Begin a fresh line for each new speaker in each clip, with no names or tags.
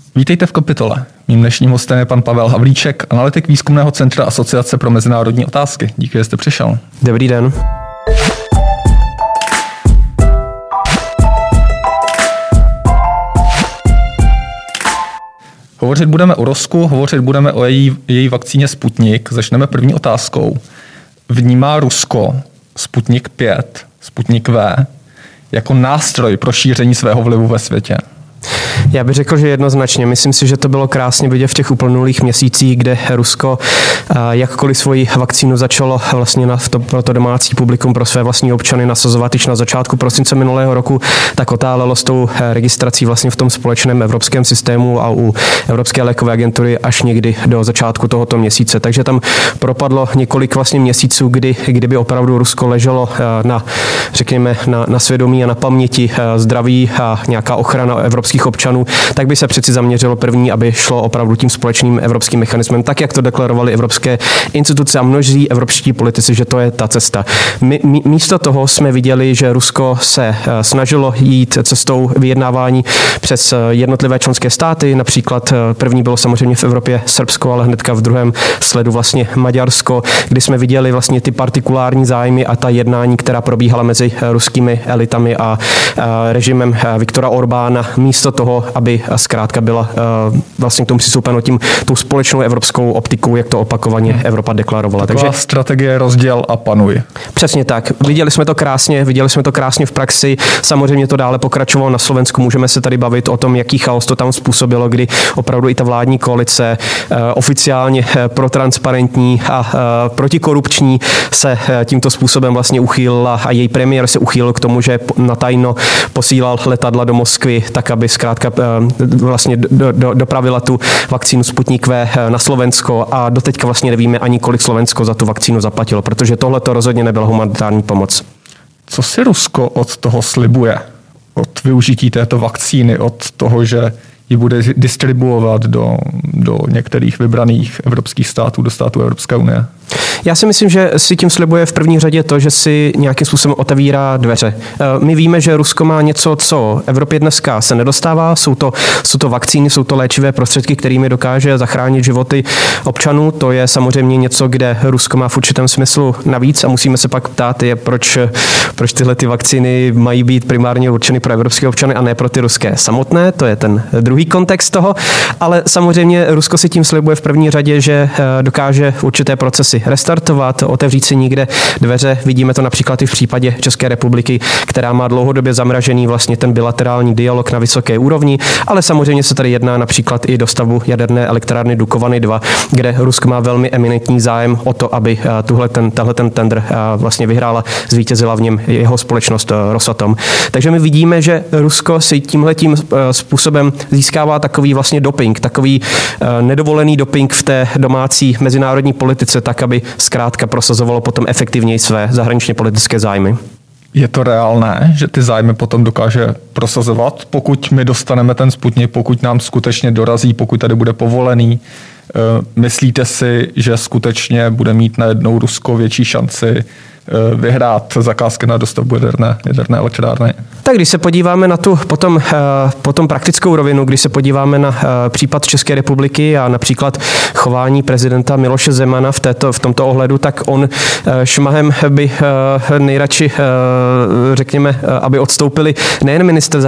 Vítejte v Kapitole. Mým dnešním hostem je pan Pavel Havlíček, analytik výzkumného centra Asociace pro mezinárodní otázky. Díky, že jste přišel.
Dobrý den.
Hovořit budeme o Rusku, hovořit budeme o její vakcíně Sputnik. Začneme první otázkou. Vnímá Rusko Sputnik 5, Sputnik V, jako nástroj pro šíření svého vlivu ve světě?
Já bych řekl, že jednoznačně. Myslím si, že to bylo krásně vidět v těch uplynulých měsících, kde Rusko jakkoliv svoji vakcínu začalo vlastně pro to domácí publikum, pro své vlastní občany nasazovat již na začátku prosince minulého roku, tak otálelo s tou registrací vlastně v tom společném evropském systému a u Evropské lékové agentury až někdy do začátku tohoto měsíce. Takže tam propadlo několik vlastně měsíců, kdyby opravdu Rusko leželo řekněme, na svědomí a na paměti zdraví a nějaká ochrana evropských občanů, tak by se přeci zaměřilo první, aby šlo opravdu tím společným evropským mechanismem, tak jak to deklarovali evropské instituce a množí evropští politici, že to je ta cesta. Místo toho jsme viděli, že Rusko se snažilo jít cestou vyjednávání přes jednotlivé členské státy, například první bylo samozřejmě v Evropě Srbsko, ale hnedka v druhém sledu vlastně Maďarsko, kdy jsme viděli vlastně ty partikulární zájmy a ta jednání, která probíhala mezi ruskými elitami a režimem Viktora Orbána, místo toho, aby zkrátka byla vlastně k tomu přistoupeno tou společnou evropskou optikou, jak to opakovaně Evropa deklarovala.
Takže strategie rozděl a panuj.
Přesně tak. Viděli jsme to krásně v praxi. Samozřejmě to dále pokračovalo na Slovensku. Můžeme se tady bavit o tom, jaký chaos to tam způsobilo, kdy opravdu i ta vládní koalice oficiálně protransparentní a protikorupční se tímto způsobem vlastně uchýlila a její premiér se uchýlil k tomu, že natajno posílal letadla do Moskvy, tak aby zkrátka vlastně dopravila tu vakcínu Sputnik V na Slovensko a doteďka vlastně nevíme ani kolik Slovensko za tu vakcínu zaplatilo, protože tohle to rozhodně nebyla humanitární pomoc.
Co si Rusko od toho slibuje? Od využití této vakcíny, od toho, že ji bude distribuovat do některých vybraných evropských států, do států Evropské unie?
Já si myslím, že si tím slibuje v první řadě to, že si nějakým způsobem otevírá dveře. My víme, že Rusko má něco, co Evropě dneska se nedostává. Jsou to vakcíny, jsou to léčivé prostředky, kterými dokáže zachránit životy občanů. To je samozřejmě něco, kde Rusko má v určitém smyslu navíc a musíme se pak ptát, proč tyhle ty vakcíny mají být primárně určeny pro evropské občany a ne pro ty ruské samotné. To je ten druhý kontext toho. Ale samozřejmě Rusko si tím slibuje v první řadě, že dokáže určité procesy restartovat, otevřít si někde dveře. Vidíme to například i v případě České republiky, která má dlouhodobě zamražený vlastně ten bilaterální dialog na vysoké úrovni, ale samozřejmě se tady jedná například i dostavbu jaderné elektrárny Dukovany 2, kde Rusko má velmi eminentní zájem o to, aby tenhle tendr vlastně vyhrála, zvítězila v něm jeho společnost Rosatom. Takže my vidíme, že Rusko si tímhletím způsobem získává takový vlastně doping, takový nedovolený doping v té domácí mezinárodní politice, tak aby zkrátka prosazovalo potom efektivněji své zahraničně politické zájmy.
Je to reálné, že ty zájmy potom dokáže prosazovat, pokud my dostaneme ten Sputnik, pokud nám skutečně dorazí, pokud tady bude povolený? Myslíte si, že skutečně bude mít najednou Rusko větší šanci vyhrát zakázky na dostavbu jaderné elektrárny?
Tak když se podíváme na tu potom praktickou rovinu, když se podíváme na případ České republiky a například chování prezidenta Miloše Zemana v tomto ohledu, tak on šmahem by nejradši, řekněme, aby odstoupili nejen ministr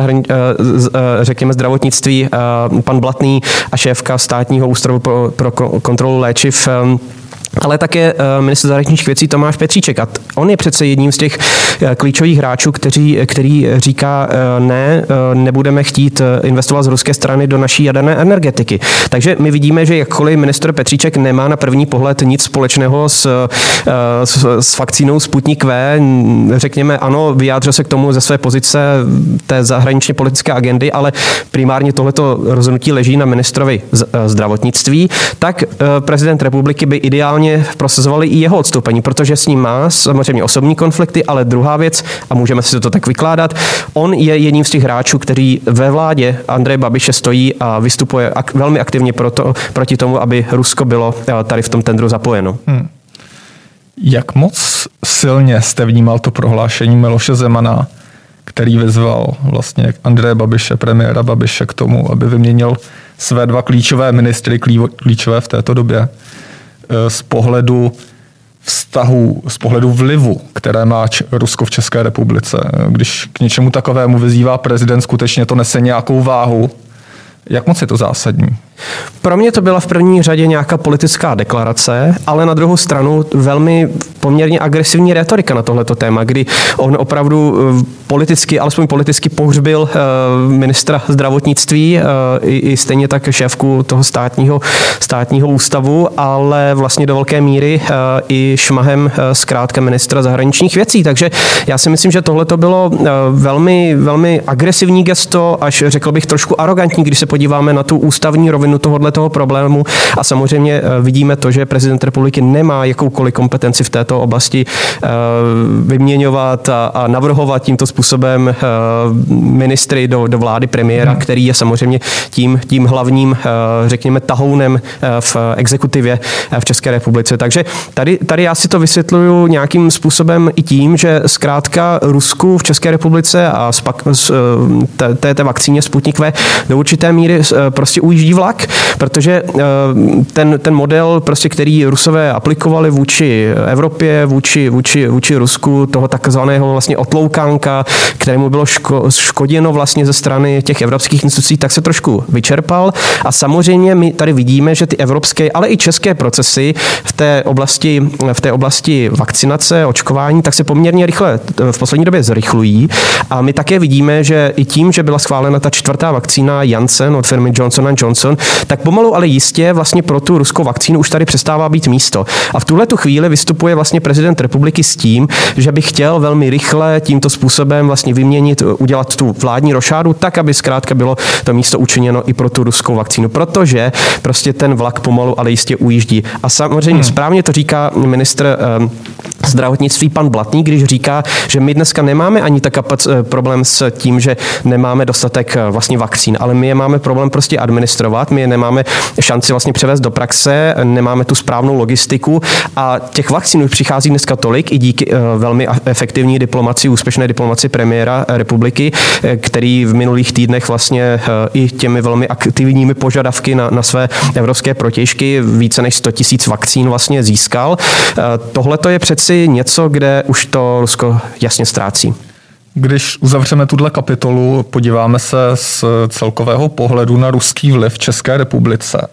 řekněme zdravotnictví, pan Blatný a šéfka státního ústavu pro kontrolu léčiv, ale také ministr zahraničních věcí Tomáš Petříček. A on je přece jedním z těch klíčových hráčů, který říká nebudeme chtít investovat z ruské strany do naší jaderné energetiky. Takže my vidíme, že jakkoliv ministr Petříček nemá na první pohled nic společného s vakcínou Sputnik V, řekněme ano, vyjádřil se k tomu ze své pozice té zahraničně politické agendy, ale primárně tohleto rozhodnutí leží na ministrovi zdravotnictví, tak prezident republiky by ideálně prosazovali i jeho odstoupení, protože s ním má samozřejmě osobní konflikty, ale druhá věc, a můžeme si to tak vykládat, on je jedním z těch hráčů, který ve vládě Andreje Babiše stojí a vystupuje velmi aktivně proti tomu, aby Rusko bylo tady v tom tendru zapojeno.
Jak moc silně jste vnímal to prohlášení Miloše Zemana, který vyzval vlastně Andreje Babiše, premiéra Babiše k tomu, aby vyměnil své dva klíčové ministry, klíčové v této době, z pohledu vztahu, z pohledu vlivu, které má Rusko v České republice. Když k něčemu takovému vyzývá prezident, skutečně to nese nějakou váhu. Jak moc je to zásadní?
Pro mě to byla v první řadě nějaká politická deklarace, ale na druhou stranu velmi poměrně agresivní retorika na tohleto téma, kdy on opravdu alespoň politicky pohřbil ministra zdravotnictví i stejně tak šéfku toho státního ústavu, ale vlastně do velké míry i šmahem zkrátka ministra zahraničních věcí. Takže já si myslím, že tohleto bylo velmi, velmi agresivní gesto, až řekl bych trošku arrogantní, když se podíváme na tu ústavní rovinu tohoto problému a samozřejmě vidíme to, že prezident republiky nemá jakoukoliv kompetenci v této oblasti vyměňovat a navrhovat tímto způsobem ministry do vlády premiéra, který je samozřejmě tím hlavním, řekněme, tahounem v exekutivě v České republice. Takže tady já si to vysvětluju nějakým způsobem i tím, že zkrátka Rusku v České republice a té vakcíně Sputnik V do určité míry prostě ujíždí vlak, protože ten model, prostě, který Rusové aplikovali vůči Evropě, vůči Rusku, toho takzvaného vlastně otloukánka, kterému bylo škoděno vlastně ze strany těch evropských institucí, tak se trošku vyčerpal. A samozřejmě my tady vidíme, že ty evropské, ale i české procesy v té oblasti vakcinace, očkování, tak se poměrně rychle v poslední době zrychlují. A my také vidíme, že i tím, že byla schválena ta 4. vakcína Janssen od firmy Johnson & Johnson, tak pomalu, ale jistě vlastně pro tu ruskou vakcínu už tady přestává být místo. A v tuhletu chvíli vystupuje vlastně prezident republiky s tím, že by chtěl velmi rychle tímto způsobem vlastně udělat tu vládní rošádu tak, aby zkrátka bylo to místo učiněno i pro tu ruskou vakcínu, protože prostě ten vlak pomalu, ale jistě ujíždí. A samozřejmě správně to říká ministr zdravotnictví pan Blatný, když říká, že my dneska nemáme ani tak problém s tím, že nemáme dostatek vlastně vakcín, ale my je máme problém prostě administrovat, my je nemáme šanci vlastně převést do praxe, nemáme tu správnou logistiku a těch vakcín už přichází dneska tolik i díky velmi efektivní diplomaci, úspěšné diplomaci premiéra republiky, který v minulých týdnech vlastně i těmi velmi aktivními požadavky na své evropské protějšky více než 100 000 vakcín vlastně získal. Tohle to je přeci něco, kde už to Rusko jasně ztrácí.
Když uzavřeme tuhle kapitolu, podíváme se z celkového pohledu na ruský vliv v České republice.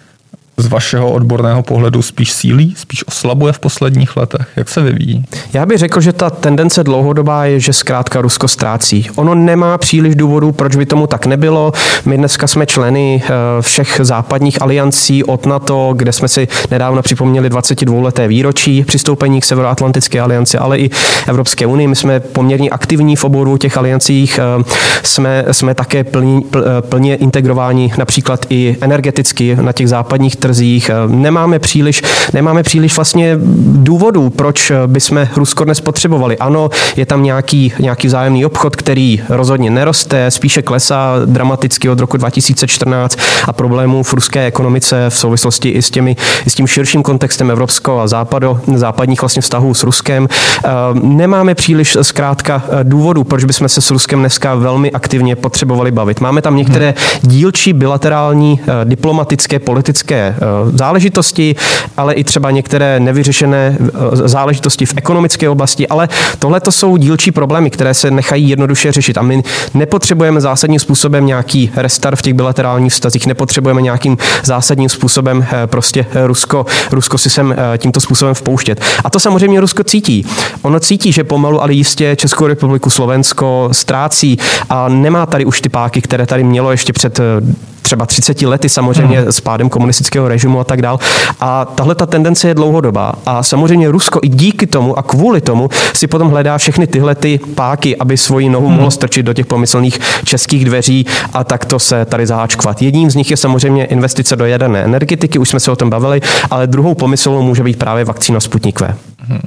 Z vašeho odborného pohledu spíš sílí, spíš oslabuje v posledních letech? Jak se vyvíjí?
Já bych řekl, že ta tendence dlouhodobá je, že zkrátka Rusko ztrácí. Ono nemá příliš důvodů, proč by tomu tak nebylo. My dneska jsme členy všech západních aliancí od NATO, kde jsme si nedávno připomněli 22leté výročí přistoupení k Severoatlantické alianci, ale i Evropské unii. My jsme poměrně aktivní v obou těch aliancích. Jsme také plně integrováni například i energeticky na těch západních trzích. Nemáme příliš vlastně důvodů, proč bychom Rusko dnes potřebovali. Ano, je tam nějaký vzájemný obchod, který rozhodně neroste, spíše klesá dramaticky od roku 2014 a problémů v ruské ekonomice v souvislosti i s tím širším kontextem evropského a západních vlastně vztahů s Ruskem. Nemáme příliš zkrátka důvodů, proč bychom se s Ruskem dneska velmi aktivně potřebovali bavit. Máme tam některé dílčí bilaterální diplomatické, politické záležitosti, ale i třeba některé nevyřešené záležitosti v ekonomické oblasti, ale tohle to jsou dílčí problémy, které se nechají jednoduše řešit a my nepotřebujeme zásadním způsobem nějaký restart v těch bilaterálních vztazích, nepotřebujeme nějakým zásadním způsobem prostě Rusko si sem tímto způsobem vpouštět. A to samozřejmě Rusko cítí. Ono cítí, že pomalu, ale jistě Českou republiku, Slovensko ztrácí a nemá tady už ty páky, které tady mělo ještě před třeba 30 lety samozřejmě s pádem komunistického režimu a tak dál. A tahle ta tendence je dlouhodobá. A samozřejmě Rusko i díky tomu a kvůli tomu si potom hledá všechny tyhle ty páky, aby svoji nohu mohlo strčit do těch pomyslných českých dveří a takto se tady zaháčkovat. Jedním z nich je samozřejmě investice do jaderné energetiky, už jsme se o tom bavili, ale druhou pomyslnou může být právě vakcína Sputnik V.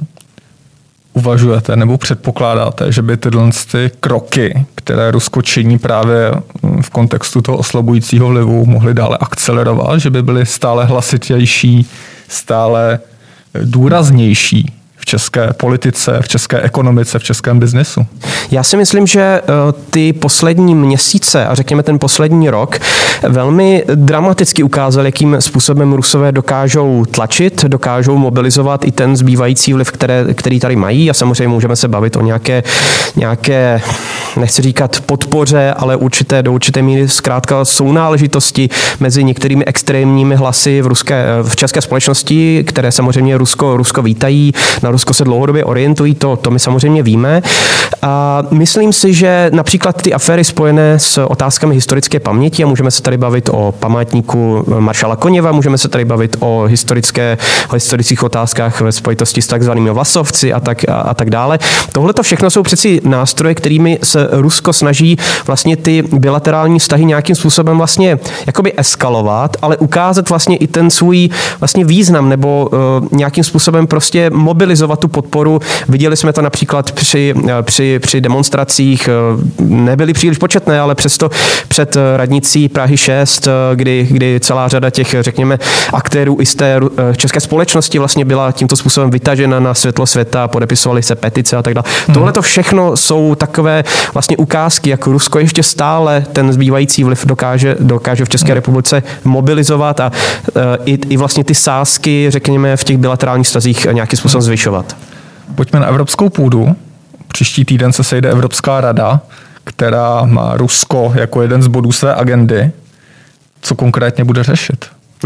Uvažujete nebo předpokládáte, že by tyhle kroky, které Rusko činí právě v kontextu toho oslabujícího vlivu, mohly dále akcelerovat, že by byly stále hlasitější, stále důraznější v české politice, v české ekonomice, v českém biznesu?
Já si myslím, že ty poslední měsíce a řekněme ten poslední rok velmi dramaticky ukázal, jakým způsobem Rusové dokážou tlačit, dokážou mobilizovat i ten zbývající vliv, který tady mají, a samozřejmě můžeme se bavit o nějaké nechci říkat podpoře, ale do určité míry zkrátka sounáležitosti mezi některými extrémními hlasy v české společnosti, které samozřejmě Rusko vítají, na Rusko se dlouhodobě orientují, to my samozřejmě víme. A myslím si, že například ty aféry spojené s otázkami historické paměti, a můžeme se tady bavit o památníku maršala Koněva, můžeme se tady bavit o historických otázkách ve spojitosti s takzvanými vlasovci a tak dále. Tohle to všechno jsou přeci nástroje, kterými se Rusko snaží vlastně ty bilaterální vztahy nějakým způsobem vlastně jakoby eskalovat, ale ukázat vlastně i ten svůj vlastně význam nebo nějakým způsobem prostě mobilizovat tu podporu. Viděli jsme to například při demonstracích, nebyly příliš početné, ale přesto před radnicí Prahy 6, kdy celá řada těch, řekněme, aktérů i z té české společnosti vlastně byla tímto způsobem vytažena na světlo světa, podepisovaly se petice a tak dále. Tohle to všechno jsou takové vlastně ukázky, jak Rusko ještě stále ten zbývající vliv dokáže v České republice mobilizovat a i vlastně ty sázky, řekněme, v těch bilaterálních vztazích nějakým způsobem zvyšovat.
Pojďme na evropskou půdu. Příští týden se sejde Evropská rada, která má Rusko jako jeden z bodů své agendy. Co konkrétně bude řešit?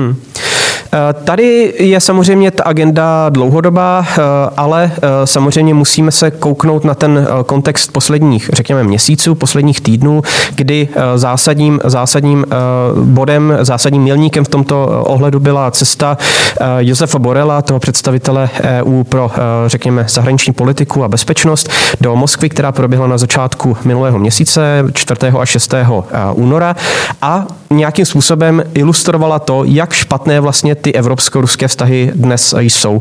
Tady je samozřejmě ta agenda dlouhodobá, ale samozřejmě musíme se kouknout na ten kontext posledních, řekněme, měsíců, posledních týdnů, kdy zásadním bodem, zásadním milníkem v tomto ohledu byla cesta Josefa Borrella, toho představitele EU pro, řekněme, zahraniční politiku a bezpečnost do Moskvy, která proběhla na začátku minulého měsíce, 4. a 6. února, a nějakým způsobem ilustrovala to, jak špatné vlastně ty evropsko-ruské vztahy dnes jsou.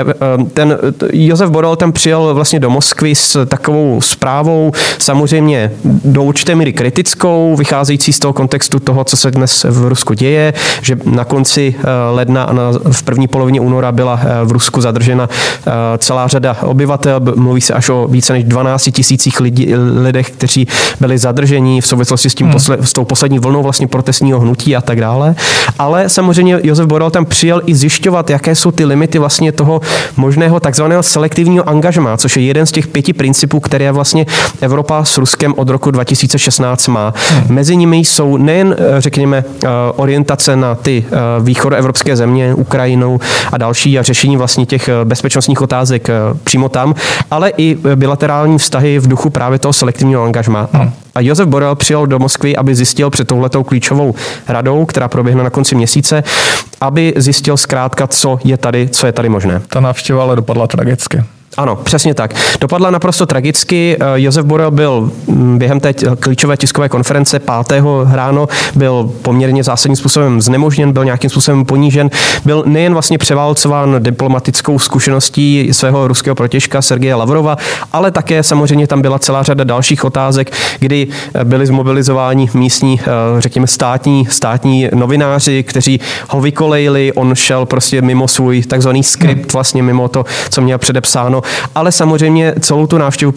Josef Borrell tam přijel vlastně do Moskvy s takovou zprávou, samozřejmě do určité míry kritickou, vycházející z toho kontextu toho, co se dnes v Rusku děje, že na konci ledna a v první polovině února byla v Rusku zadržena celá řada obyvatel. Mluví se až o více než 12 000 lidech, kteří byli zadrženi v souvislosti s tou poslední vlnou vlastně protestního hnutí a tak dále. Ale samozřejmě Josef Borrell tam přijel i zjišťovat, jaké jsou ty limity vlastně toho možného takzvaného selektivního angažmá, což je jeden z těch 5 principů, které vlastně Evropa s Ruskem od roku 2016 má. Mezi nimi jsou nejen, řekněme, orientace na ty východoevropské země, Ukrajinu a další a řešení vlastně těch bezpečnostních otázek přímo tam, ale i bilaterální vztahy v duchu právě toho selektivního angažmá. A Josef Borrell přijel do Moskvy, aby zjistil před touhletou klíčovou radou, která proběhne na konci měsíce, aby zjistil zkrátka, co je tady možné.
Ta návštěva ale dopadla tragicky.
Ano, přesně tak. Dopadla naprosto tragicky. Josef Borrell byl během té klíčové tiskové konference 5. ráno byl poměrně zásadním způsobem znemožněn, byl nějakým způsobem ponížen, byl nejen vlastně převálcován diplomatickou zkušeností svého ruského protějška Sergeje Lavrova, ale také samozřejmě tam byla celá řada dalších otázek, kdy byli zmobilizováni místní, řekněme, státní novináři, kteří ho vykolejili, on šel prostě mimo svůj takzvaný skript, vlastně mimo to, co měl předepsáno. Ale samozřejmě celou tu návštěvu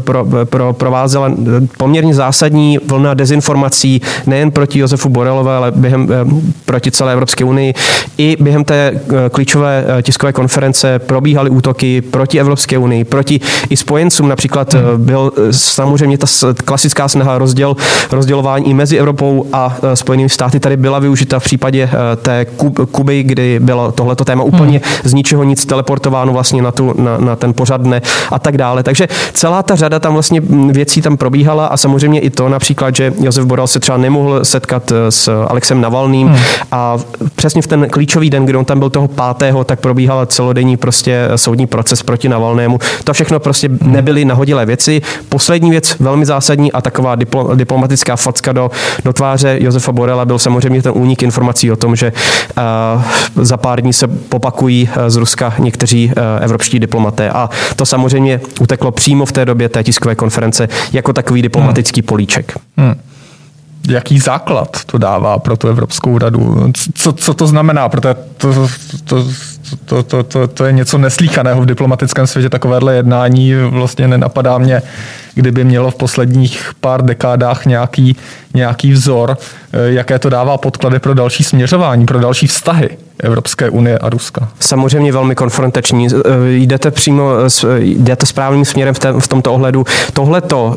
provázela poměrně zásadní vlna dezinformací nejen proti Josefu Borrellovi, ale proti celé Evropské unii. I během té klíčové tiskové konference probíhaly útoky proti Evropské unii, proti i spojencům. Například byl samozřejmě ta klasická snaha rozdělování i mezi Evropou a Spojenými státy tady byla využita v případě té Kuby, kdy bylo tohleto téma úplně z ničeho nic teleportováno vlastně na ten pořad dne a tak dále. Takže celá ta řada tam vlastně věcí tam probíhala a samozřejmě i to například, že Josef Borrell se třeba nemohl setkat s Alexem Navalným a přesně v ten klíčový den, kdy on tam byl toho 5., tak probíhala celodenní prostě soudní proces proti Navalnému. To všechno prostě nebyly nahodilé věci. Poslední věc, velmi zásadní a taková diplomatická facka do tváře Josefa Borrella byl samozřejmě ten únik informací o tom, že za pár dní se popakují z Ruska někteří evropští diplomaté. A to samozřejmě uteklo přímo v té době té tiskové konference jako takový diplomatický políček.
jaký základ to dává pro tu Evropskou radu? Co to znamená? Protože to je něco neslýchaného v diplomatickém světě, takovéhle jednání. Vlastně nenapadá mě, kdyby mělo v posledních pár dekádách nějaký vzor, jaké to dává podklady pro další směřování, pro další vztahy Evropské unie a Ruska.
Samozřejmě velmi konfrontační. Jdete správným směrem v tomto ohledu. Tohleto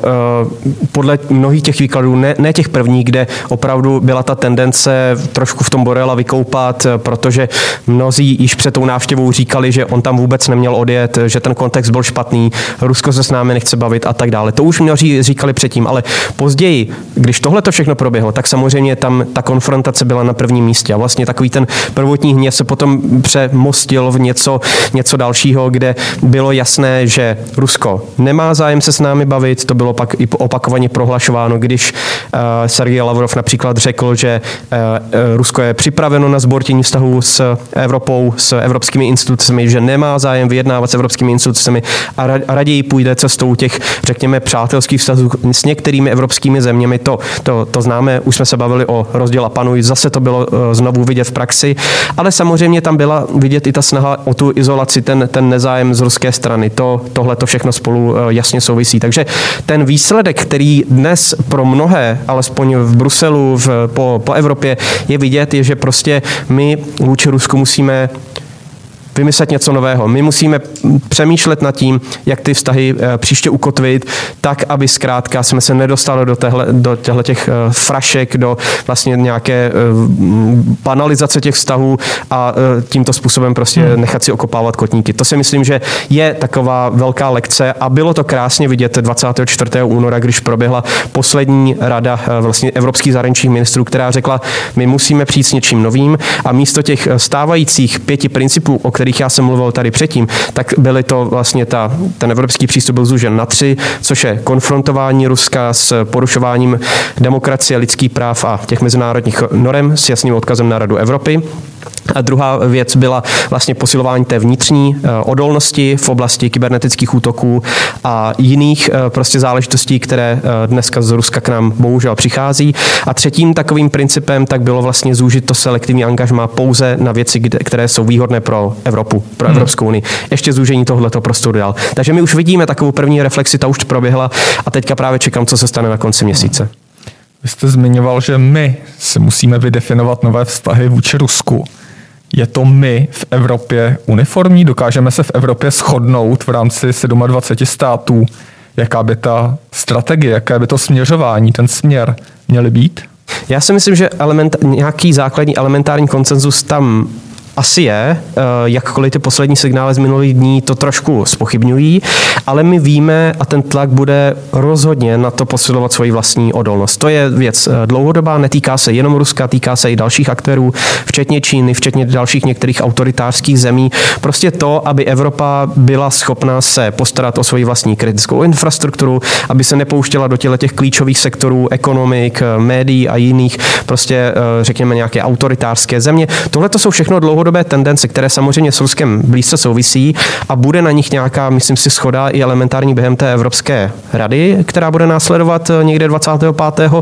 podle mnohých těch výkladů, ne těch prvních, kde opravdu byla ta tendence trošku v tom Borrella vykoupat, protože mnozí již před tou návštěvou říkali, že on tam vůbec neměl odjet, že ten kontext byl špatný, Rusko se s námi nechce bavit a tak dále. To už mnozí říkali předtím, ale později, když tohle to všechno proběhlo, tak samozřejmě tam ta konfrontace byla na prvním místě a vlastně takový ten prvotní hněv se potom přemostil v něco dalšího, kde bylo jasné, že Rusko nemá zájem se s námi bavit, to bylo pak i opakovaně prohlašováno, když Sergej Lavrov například řekl, že Rusko je připraveno na zbortění vztahu s Evropou, s evropskými institucemi, že nemá zájem vyjednávat s evropskými institucemi a raději půjde cestou těch, řekněme, přátelských vztahů s některými evropskými zeměmi. To známe, už jsme se bavili o rozděl a panuj, zase to bylo znovu vidět v praxi, ale samozřejmě tam byla vidět i ta snaha o tu izolaci, ten nezájem z ruské strany. Tohle to všechno spolu jasně souvisí. Takže ten výsledek, který dnes pro mnohé, alespoň v Bruselu, po Evropě, je vidět, je, že prostě my vůči Rusku musíme vymyslet něco nového. My musíme přemýšlet nad tím, jak ty vztahy příště ukotvit, tak, aby zkrátka jsme se nedostali do těch frašek, do vlastně nějaké banalizace těch vztahů a tímto způsobem prostě nechat si okopávat kotníky. To si myslím, že je taková velká lekce a bylo to krásně vidět 24. února, když proběhla poslední rada vlastně evropských zahraničních ministrů, která řekla, my musíme přijít s něčím novým a místo těch stávajících 5 principů, o kterých já jsem mluvil tady předtím, tak byly to vlastně ten evropský přístup byl zúžen na 3, což je konfrontování Ruska s porušováním demokracie, lidských práv a těch mezinárodních norem s jasným odkazem na Radu Evropy. A druhá věc byla vlastně posilování té vnitřní odolnosti v oblasti kybernetických útoků a jiných prostě záležitostí, které dneska z Ruska k nám bohužel přichází. A třetím takovým principem tak bylo vlastně zúžit to selektivní angažmá pouze na věci, které jsou výhodné pro Evropu, pro Evropskou unii. Ještě zúžení tohleto prostoru dál. Takže my už vidíme takovou první reflexi, ta už proběhla a teďka právě čekám, co se stane na konci měsíce.
Vy jste zmiňoval, že my si musíme vydefinovat nové vztahy vůči Rusku. Je to my v Evropě uniformní? Dokážeme se v Evropě shodnout v rámci 27 států? Jaká by ta strategie, jaké by to směřování, ten směr měly být?
Já si myslím, že nějaký základní elementární konsenzus tam asi je, jakkoliv ty poslední signály z minulých dní to trošku zpochybňují, ale my víme a ten tlak bude rozhodně na to posilovat svoji vlastní odolnost. To je věc dlouhodobá, netýká se jenom Ruska, týká se i dalších aktérů, včetně Číny, včetně dalších některých autoritářských zemí. Prostě to, aby Evropa byla schopná se postarat o svoji vlastní kritickou infrastrukturu, aby se nepouštěla do těch klíčových sektorů ekonomik, médií a jiných, prostě řekněme nějaké autoritářské země. Tohle to jsou všechno dlouhodobé tendence, které samozřejmě s Ruskem blízce souvisí a bude na nich nějaká, myslím si, shoda i elementární během té Evropské rady, která bude následovat někde 25.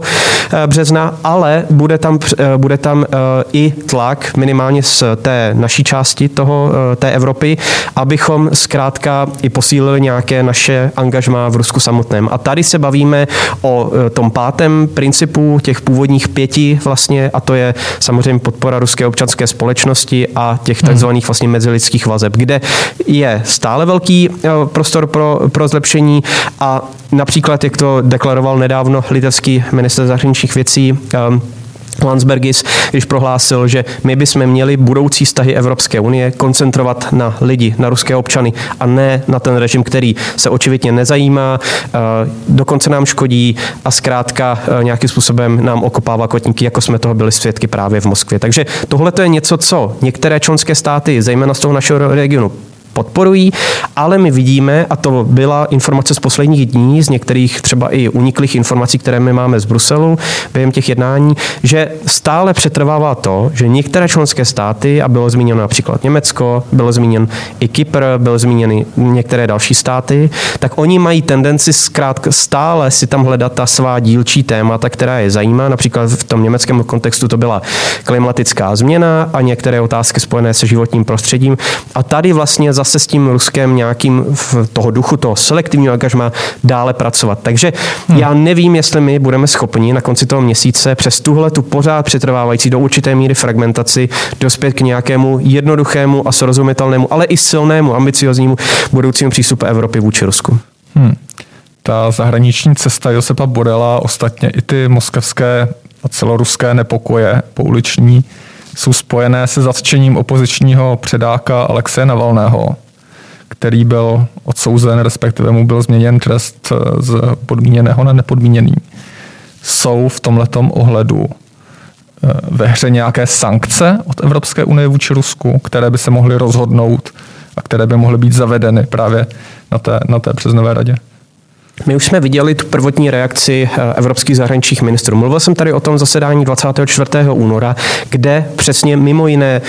března, ale bude tam i tlak minimálně z té naší části té Evropy, abychom zkrátka i posílili nějaké naše angažmá v Rusku samotném. A tady se bavíme o tom 5. principu těch původních 5 vlastně, a to je samozřejmě podpora ruské občanské společnosti a těch takzvaných vlastně mezilidských vazeb, kde je stále velký prostor pro zlepšení a například, jak to deklaroval nedávno litevský ministr zahraničních věcí Landsbergis, když prohlásil, že my bychom měli budoucí vztahy Evropské unie koncentrovat na lidi, na ruské občany a ne na ten režim, který se očividně nezajímá, dokonce nám škodí a zkrátka nějakým způsobem nám okopává kotníky, jako jsme toho byli svědky právě v Moskvě. Takže tohle to je něco, co některé členské státy, zejména z toho našeho regionu, podporují, ale my vidíme, a to byla informace z posledních dní, z některých třeba i uniklých informací, které my máme z Bruselu během těch jednání, že stále přetrvává to, že některé členské státy, a bylo zmíněno například Německo, bylo zmíněn i Kypr, bylo zmíněny některé další státy, tak oni mají tendenci zkrátka stále si tam hledat ta svá dílčí témata, která je zajímá. Například v tom německém kontextu to byla klimatická změna a některé otázky spojené se životním prostředím. A tady vlastně zase s tím Ruskem nějakým v toho duchu, toho selektivního angažmá dále pracovat. Takže já nevím, jestli my budeme schopni na konci toho měsíce přes tuhle tu pořád přetrvávající do určité míry fragmentaci dospět k nějakému jednoduchému a srozumitelnému, ale i silnému, ambicioznímu budoucímu přístupu Evropy vůči Rusku.
Ta zahraniční cesta Josepa Borrella, ostatně i ty moskevské a celoruské nepokoje pouliční, jsou spojené se zatčením opozičního předáka Alexeje Navalného, který byl odsouzen, respektive mu byl změněn trest z podmíněného na nepodmíněný. Jsou v tomhletom ohledu ve hře nějaké sankce od Evropské unie vůči Rusku, které by se mohly rozhodnout a které by mohly být zavedeny právě na té březnové radě?
My už jsme viděli tu prvotní reakci evropských zahraničních ministrů. Mluvil jsem tady o tom zasedání 24. února, kde přesně mimo jiné,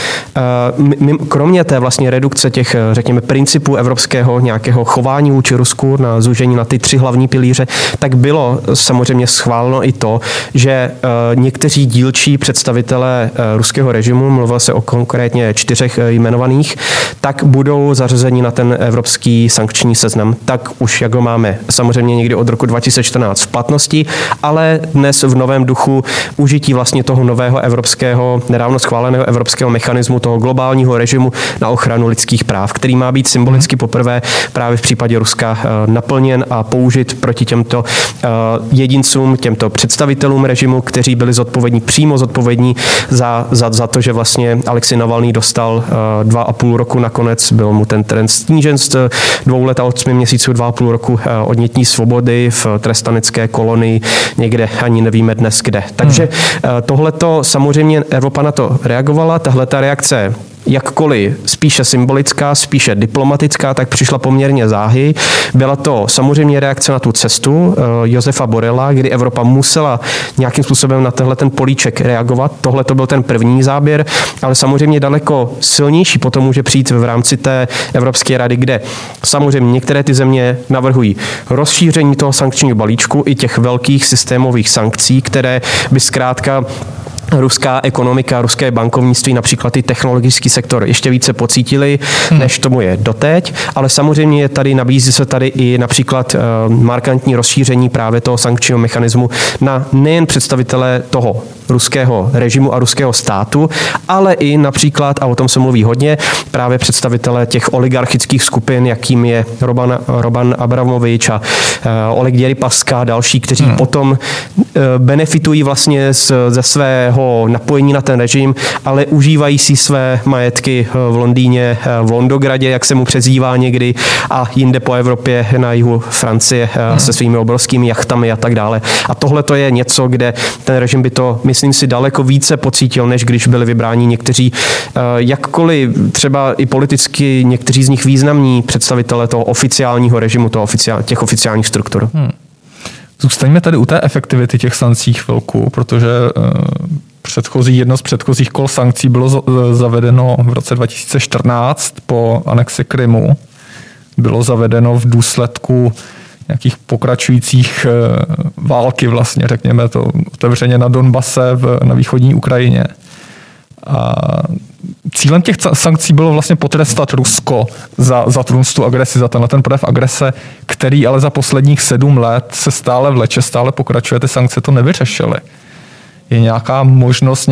kromě té vlastně redukce těch, řekněme, principů evropského nějakého chování vůči Rusku na zúžení na ty 3 hlavní pilíře, tak bylo samozřejmě schváleno i to, že někteří dílčí představitelé ruského režimu, mluvil se o konkrétně 4 jmenovaných, tak budou zařazeni na ten evropský sankční seznam. Tak už, jak ho máme samozřejmě někdy od roku 2014 v platnosti, ale dnes v novém duchu užití vlastně toho nového evropského, nedávno schváleného evropského mechanismu, toho globálního režimu na ochranu lidských práv, který má být symbolicky poprvé právě v případě Ruska naplněn a použit proti těmto jedincům, těmto představitelům režimu, kteří byli přímo zodpovědní za to, že vlastně Alexej Navalný dostal 2,5 roku nakonec, byl mu ten trest snížen z 2 let a 8 měsíců, 2,5 roku odnětí svobody v trestanecké kolonii, někde ani nevíme dnes kde. Takže tohleto samozřejmě Evropa na to reagovala, tahleta reakce jakkoliv spíše symbolická, spíše diplomatická, tak přišla poměrně záhy. Byla to samozřejmě reakce na tu cestu Josefa Borrella, kdy Evropa musela nějakým způsobem na tenhle ten políček reagovat. Tohle to byl ten první záběr, ale samozřejmě daleko silnější potom může přijít v rámci té Evropské rady, kde samozřejmě některé ty země navrhují rozšíření toho sankčního balíčku i těch velkých systémových sankcí, které by zkrátka ruská ekonomika, ruské bankovnictví, například i technologický sektor ještě více pocítili, než tomu je doteď, ale samozřejmě nabízí se tady i například markantní rozšíření právě toho sankčního mechanismu na nejen představitele toho ruského režimu a ruského státu, ale i například, a o tom se mluví hodně, právě představitele těch oligarchických skupin, jakým je Roman Abramovič a Oleg Děripaska a další, kteří potom benefitují vlastně ze svého napojení na ten režim, ale užívají si své majetky v Londýně, v Londogradě, jak se mu přezdívá někdy, a jinde po Evropě na jihu Francie se svými obrovskými jachtami a tak dále. A tohle to je něco, kde ten režim by to, myslím si, daleko více pocítil, než když byli vybráni někteří, jakkoliv třeba i politicky někteří z nich významní představitelé toho oficiálního režimu, těch oficiálních struktur.
Zůstaňme tady u té efektivity těch sankcí chvilku, protože jedno z předchozích kol sankcí bylo zavedeno v roce 2014 po anexi Krymu. Bylo zavedeno v důsledku nějakých pokračujících války vlastně, řekněme to otevřeně na Donbase na východní Ukrajině. A cílem těch sankcí bylo vlastně potrestat Rusko za tu agresi, za ten projev agrese, který ale za posledních 7 let se stále vleče, stále pokračuje, ty sankce to nevyřešily. Je nějaká možnost,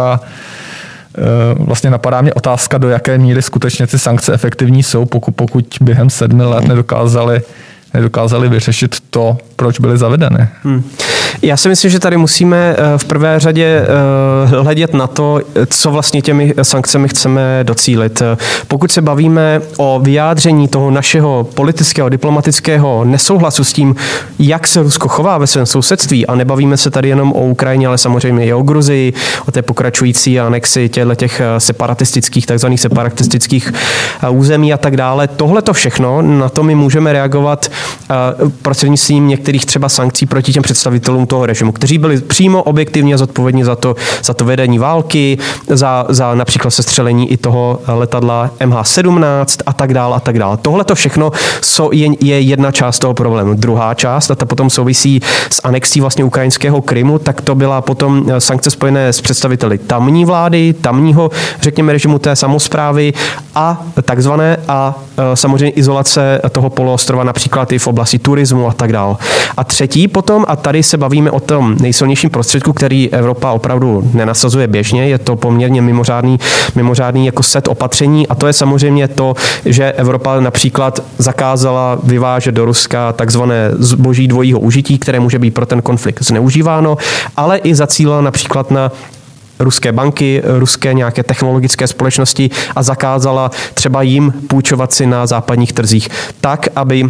vlastně napadá mě otázka, do jaké míry skutečně ty sankce efektivní jsou, pokud během 7 let nedokázali vyřešit to, proč byly zavedeny.
Já si myslím, že tady musíme v prvé řadě hledět na to, co vlastně těmi sankcemi chceme docílit. Pokud se bavíme o vyjádření toho našeho politického, diplomatického nesouhlasu s tím, jak se Rusko chová ve svém sousedství, a nebavíme se tady jenom o Ukrajině, ale samozřejmě i o Gruzii, o té pokračující anexi těch separatistických, takzvaných separatistických území a tak dále. Tohle to všechno, na to my můžeme reagovat prostřednictvím některých třeba sankcí proti těm představitelům toho režimu, kteří byli přímo objektivně zodpovědní za to vedení války, za například sestřelení i toho letadla MH17 a tak dále a tak dále. Tohle to všechno je jedna část toho problému. Druhá část, a ta potom souvisí s anexí vlastně ukrajinského Krymu, tak to byla potom sankce spojené s představiteli tamní vlády, tamního, řekněme, režimu té samosprávy a takzvané a samozřejmě izolace toho poloostrova například i v oblasti turismu a tak dále. A třetí potom, a tady se bavíme o tom nejsilnějším prostředku, který Evropa opravdu nenasazuje běžně, je to poměrně mimořádný jako set opatření, a to je samozřejmě to, že Evropa například zakázala vyvážet do Ruska takzvané zboží dvojího užití, které může být pro ten konflikt zneužíváno, ale i zacílila například na ruské banky, ruské nějaké technologické společnosti a zakázala třeba jim půjčovat si na západních trzích tak,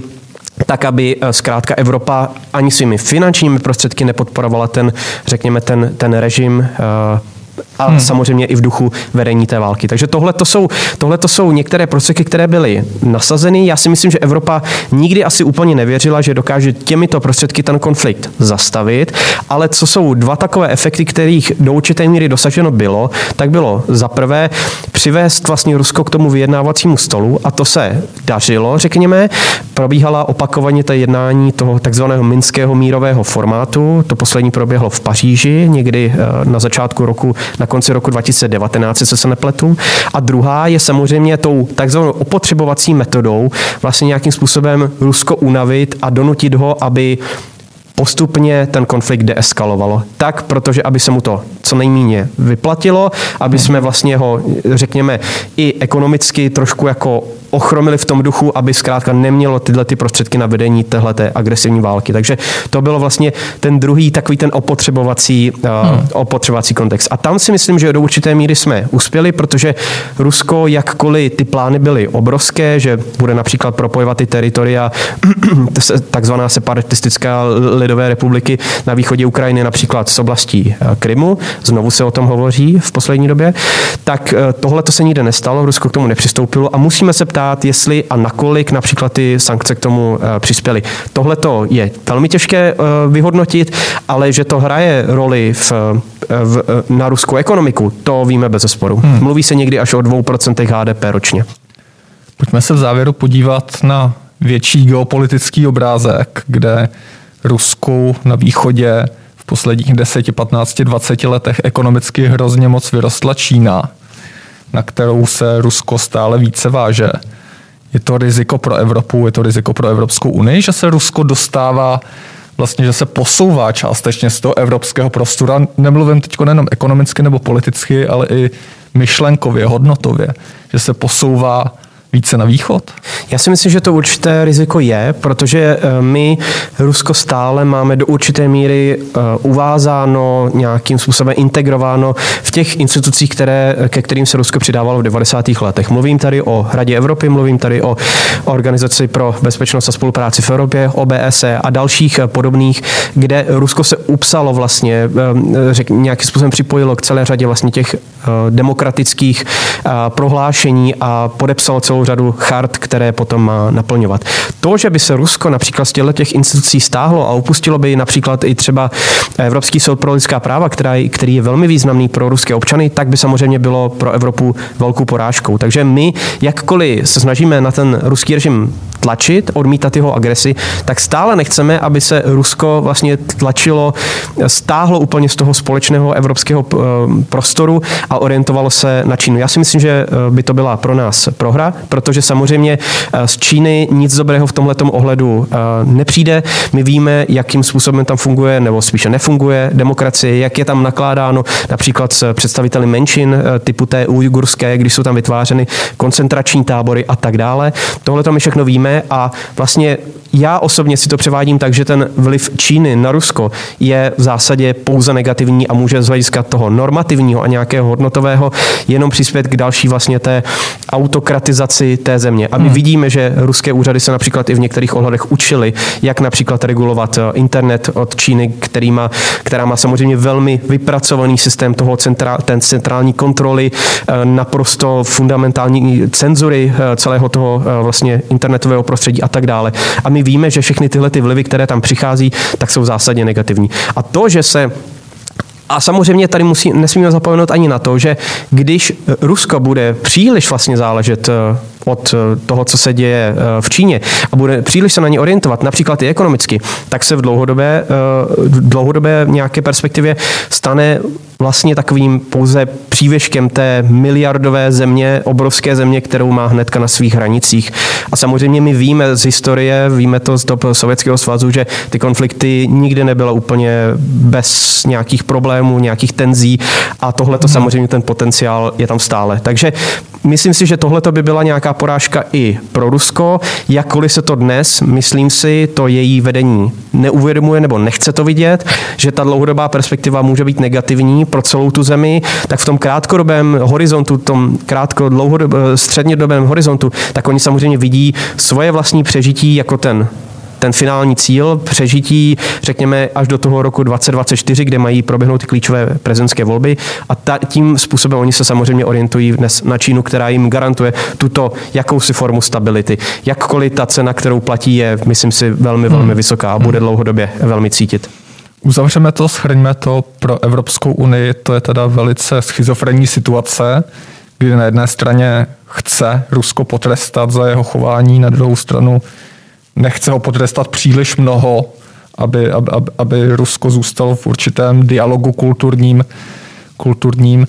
aby zkrátka Evropa ani svými finančními prostředky nepodporovala ten režim a samozřejmě i v duchu vedení té války. Takže tohle jsou některé prostředky, které byly nasazeny. Já si myslím, že Evropa nikdy asi úplně nevěřila, že dokáže těmito prostředky ten konflikt zastavit, ale co jsou dva takové efekty, kterých do určité míry dosaženo bylo, tak bylo za prvé přivést vlastně Rusko k tomu vyjednávacímu stolu, a to se dařilo, řekněme. Probíhala opakovaně ta jednání toho takzvaného minského mírového formátu. To poslední proběhlo v Paříži někdy na konci roku 2019, se nepletu. A druhá je samozřejmě tou takzvanou opotřebovací metodou vlastně nějakým způsobem Rusko unavit a donutit ho, aby postupně ten konflikt deeskalovalo. Tak, protože aby se mu to co nejméně vyplatilo, aby jsme vlastně ho, řekněme, i ekonomicky trošku jako ochromili v tom duchu, aby zkrátka nemělo tyhle ty prostředky na vedení téhleté agresivní války. Takže to bylo vlastně ten druhý takový ten opotřebovací kontext. A tam si myslím, že do určité míry jsme uspěli, protože Rusko, jakkoliv ty plány byly obrovské, že bude například propojovat ty teritoria takzvaná separatistická lidové republiky na východě Ukrajiny, například z oblastí Krymu, znovu se o tom hovoří v poslední době, tak tohle to se nikde nestalo, Rusko k tomu nepřistoupilo a musíme se ptát, jestli a nakolik například ty sankce k tomu přispěly. Tohle to je velmi těžké vyhodnotit, ale že to hraje roli na ruskou ekonomiku, to víme bezesporu. Mluví se někdy až o 2% HDP ročně.
Pojďme se v závěru podívat na větší geopolitický obrázek, kde Rusku na východě v posledních 10, 15, 20 letech ekonomicky hrozně moc vyrostla Čína, na kterou se Rusko stále více váže. Je to riziko pro Evropu, je to riziko pro Evropskou unii, že se Rusko dostává, vlastně, že se posouvá částečně z toho evropského prostoru. Nemluvím teď nejenom ekonomicky nebo politicky, ale i myšlenkově, hodnotově, že se posouvá více na východ?
Já si myslím, že to určité riziko je, protože my Rusko stále máme do určité míry uvázáno, nějakým způsobem integrováno v těch institucích, ke kterým se Rusko přidávalo v 90. letech. Mluvím tady o Radě Evropy, mluvím tady o Organizaci pro bezpečnost a spolupráci v Evropě, OBSE a dalších podobných, kde Rusko se upsalo vlastně, nějakým způsobem připojilo k celé řadě vlastně těch demokratických prohlášení a podepsalo celou řadu chart, které potom má naplňovat. To, že by se Rusko například z těch institucí stáhlo a opustilo by například i třeba Evropský soud pro lidská práva, který je velmi významný pro ruské občany, tak by samozřejmě bylo pro Evropu velkou porážkou. Takže my, jakkoliv se snažíme na ten ruský režim tlačit, odmítat jeho agresi, tak stále nechceme, aby se Rusko vlastně stáhlo úplně z toho společného evropského prostoru a orientovalo se na Čínu. Já si myslím, že by to byla pro nás prohra, protože samozřejmě z Číny nic dobrého v tomhletom ohledu nepřijde. My víme, jakým způsobem tam funguje, nebo spíše nefunguje demokracie, jak je tam nakládáno například s představiteli menšin typu té ujgurské, když jsou tam vytvářeny koncentrační tábory a tak dále. Tohle to my všechno víme a vlastně já osobně si to převádím tak, že ten vliv Číny na Rusko je v zásadě pouze negativní a může z hlediska toho normativního a nějakého hodnotového jenom přispět k další vlastně té autokratizaci té země. A my vidíme, že ruské úřady se například i v některých ohledech učily, jak například regulovat internet od Číny, která má samozřejmě velmi vypracovaný systém toho centrální kontroly, naprosto fundamentální cenzury celého toho vlastně internetového prostředí a tak dále. A my víme, že všechny tyhle ty vlivy, které tam přichází, tak jsou zásadně negativní. A to, že se a samozřejmě tady nesmíme zapomenout ani na to, že když Rusko bude příliš vlastně záležet od toho, co se děje v Číně a bude příliš se na ně orientovat, například i ekonomicky, tak se v dlouhodobé nějaké perspektivě stane vlastně takovým pouze přívěškem té miliardové země, obrovské země, kterou má hnedka na svých hranicích. A samozřejmě my víme z historie, víme to z dob Sovětského svazu, že ty konflikty nikdy nebyly úplně bez nějakých problémů, nějakých tenzí a tohleto samozřejmě ten potenciál je tam stále. Takže myslím si, že tohleto by byla nějaká porážka i pro Rusko, jakkoliv se to dnes, myslím si, to její vedení neuvědomuje nebo nechce to vidět, že ta dlouhodobá perspektiva může být negativní pro celou tu zemi, tak v tom krátkodobém horizontu, střednědobém horizontu, tak oni samozřejmě vidí svoje vlastní přežití jako ten finální cíl, přežití, řekněme, až do toho roku 2024, kde mají proběhnout ty klíčové prezidentské volby a tím způsobem oni se samozřejmě orientují dnes na Čínu, která jim garantuje tuto jakousi formu stability. Jakkoliv ta cena, kterou platí, je, myslím si, velmi, velmi vysoká a bude dlouhodobě velmi cítit.
Uzavřeme to, shrňme to. Pro Evropskou unii to je teda velice schizofrenní situace, kdy na jedné straně chce Rusko potrestat za jeho chování, na druhou stranu nechce ho potrestat příliš mnoho, aby Rusko zůstalo v určitém dialogu kulturním.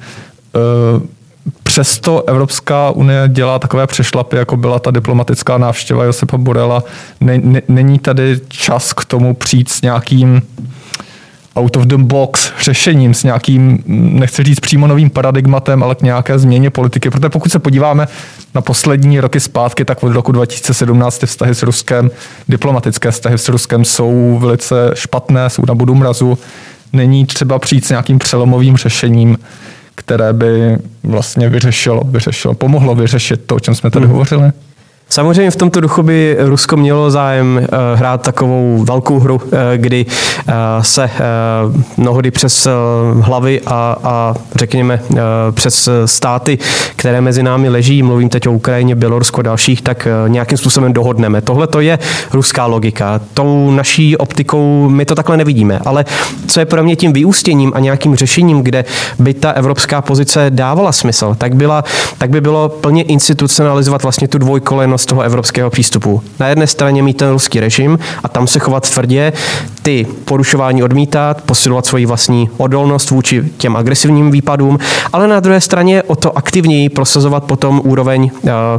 Přesto Evropská unie dělá takové přešlapy, jako byla ta diplomatická návštěva Josepa Borrella. Není tady čas k tomu přijít s nějakým out of the box řešením, s nějakým, nechci říct přímo novým paradigmatem, ale k nějaké změně politiky. Protože pokud se podíváme na poslední roky zpátky, tak od roku 2017 ty vztahy s Ruskem, diplomatické vztahy s Ruskem jsou velice špatné, jsou na bodu mrazu. Není třeba přijít s nějakým přelomovým řešením, které by vlastně pomohlo vyřešit to, o čem jsme tady hovořili.
Samozřejmě v tomto duchu by Rusko mělo zájem hrát takovou velkou hru, kdy se mnohdy přes hlavy a řekněme přes státy, které mezi námi leží, mluvím teď o Ukrajině, Bělorusku a dalších, tak nějakým způsobem dohodneme. Tohle to je ruská logika. Tou naší optikou my to takhle nevidíme. Ale co je pro mě tím vyústěním a nějakým řešením, kde by ta evropská pozice dávala smysl, tak by bylo plně institucionalizovat vlastně tu dvojkolejnost z toho evropského přístupu. Na jedné straně mít ten ruský režim a tam se chovat tvrdě, ty porušování odmítat, posilovat svoji vlastní odolnost vůči těm agresivním výpadům, ale na druhé straně o to aktivněji prosazovat potom úroveň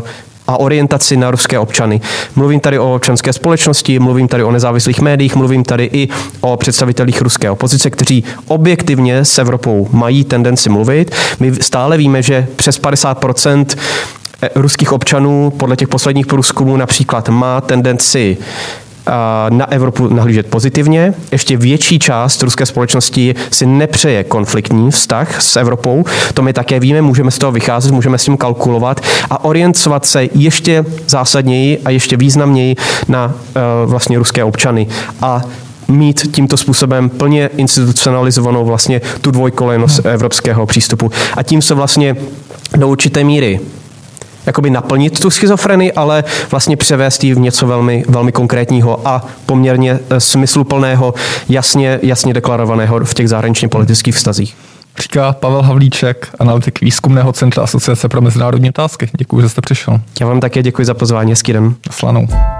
a orientaci na ruské občany. Mluvím tady o občanské společnosti, mluvím tady o nezávislých médiích, mluvím tady i o představitelích ruské opozice, kteří objektivně s Evropou mají tendenci mluvit. My stále víme, že přes 50% ruských občanů podle těch posledních průzkumů například má tendenci na Evropu nahlížet pozitivně. Ještě větší část ruské společnosti si nepřeje konfliktní vztah s Evropou. To my také víme, můžeme z toho vycházet, můžeme s tím kalkulovat a orientovat se ještě zásadněji a ještě významněji na vlastně ruské občany. A mít tímto způsobem plně institucionalizovanou vlastně tu dvojkolejnost evropského přístupu. A tím se vlastně do určité míry jakoby naplnit tu schizofrenii, ale vlastně převést ji v něco velmi, velmi konkrétního a poměrně smysluplného, jasně deklarovaného v těch zahraničně politických vztazích.
Říká Pavel Havlíček, analytik Výzkumného centra Asociace pro mezinárodní otázky. Děkuji, že jste přišel.
Já vám také děkuji za pozvání. Hezký den.
Naslanou.